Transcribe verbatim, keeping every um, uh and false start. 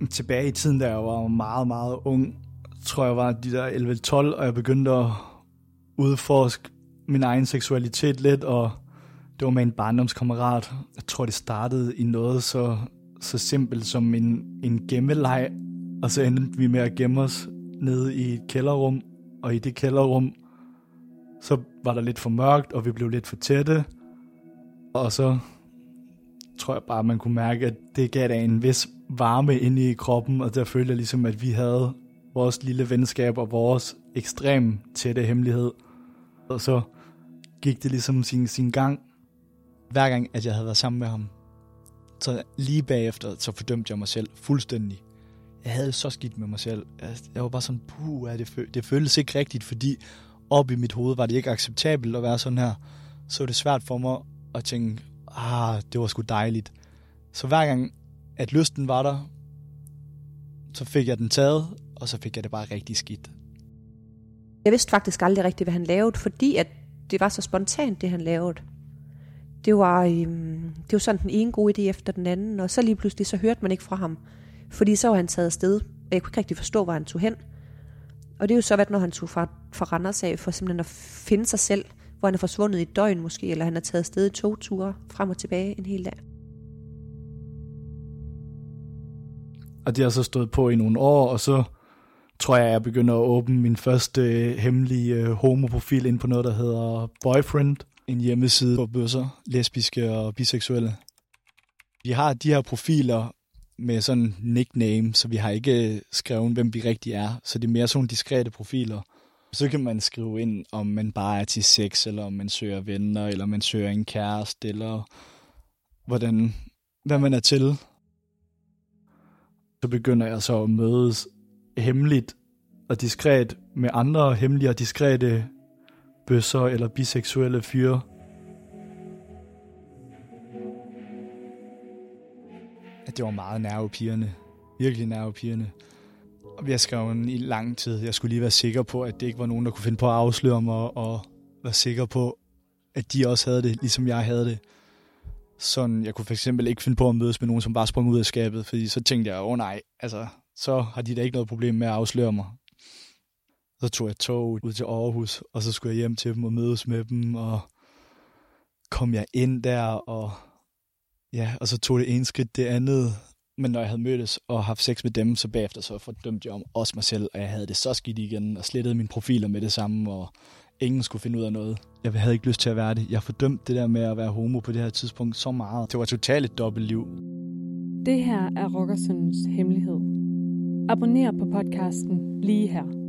Tilbage i tiden, da jeg var meget, meget ung, tror jeg var de der elleve tolv, og jeg begyndte at udforske min egen seksualitet lidt, og det var med en barndomskammerat. Jeg tror, det startede i noget så, så simpelt som en, en gemmeleg, og så endte vi med at gemme os nede i et kælderrum, og i det kælderrum, så var der lidt for mørkt, og vi blev lidt for tætte, og så tror jeg bare, man kunne mærke, at det gav da en vis varme inde i kroppen, og der følte jeg ligesom, at vi havde vores lille venskab og vores ekstrem tætte hemmelighed. Og så gik det ligesom sin, sin gang. Hver gang, at jeg havde været sammen med ham, så lige bagefter, så fordømte jeg mig selv fuldstændig. Jeg havde så skidt med mig selv. Jeg, jeg var bare sådan, puh, det, føl- det føltes ikke rigtigt, fordi op i mit hoved var det ikke acceptabelt at være sådan her. Så var det svært for mig at tænke, ah, det var sgu dejligt. Så hver gang, at lysten var der, så fik jeg den taget, og så fik jeg det bare rigtig skidt. Jeg vidste faktisk aldrig rigtigt, hvad han lavede, fordi at det var så spontant, det han lavede. Det var, øhm, det var sådan den ene gode idé efter den anden, og så lige pludselig så hørte man ikke fra ham, fordi så var han taget afsted, og jeg kunne ikke rigtig forstå, hvor han tog hen. Og det er jo så været, når han tog fra, fra Randers af, for simpelthen at finde sig selv, hvor han er forsvundet i et døgn måske, eller han er taget afsted i togture frem og tilbage en hel dag. Og det har så stået på i nogle år, og så tror jeg, jeg begynder at åbne min første øh, hemmelige øh, homoprofil ind på noget, der hedder Boyfriend. En hjemmeside for bøsser, lesbiske og biseksuelle. Vi har de her profiler med sådan nickname, så vi har ikke skrevet, hvem vi rigtig er. Så det er mere sådan diskrete profiler. Så kan man skrive ind, om man bare er til sex, eller om man søger venner, eller om man søger en kæreste, eller hvordan, hvad man er til. Så begynder jeg så at mødes hemmeligt og diskret med andre hemmelige og diskrete bøsser eller biseksuelle fyre. Det var meget nervepirrende. Virkelig nervepirrende. Og jeg skrev i lang tid. Jeg skulle lige være sikker på, at det ikke var nogen, der kunne finde på at afsløre mig, og være sikker på, at de også havde det, ligesom jeg havde det. Sådan, jeg kunne for eksempel ikke finde på at mødes med nogen, som bare sprang ud af skabet, fordi så tænkte jeg, åh oh, nej, altså, så har de da ikke noget problem med at afsløre mig. Så tog jeg tog ud til Aarhus, og så skulle jeg hjem til dem og mødes med dem, og kom jeg ind der, og ja, og så tog det ene skridt det andet. Men når jeg havde mødtes og haft sex med dem, så bagefter så fordømte jeg om også mig selv, og jeg havde det så skidt igen, og slettede mine profiler med det samme, og ingen skulle finde ud af noget. Jeg havde ikke lyst til at være det. Jeg fordømte det der med at være homo på det her tidspunkt så meget. Det var totalt et dobbeltliv. Det her er Rockersønnens hemmelighed. Abonner på podcasten lige her.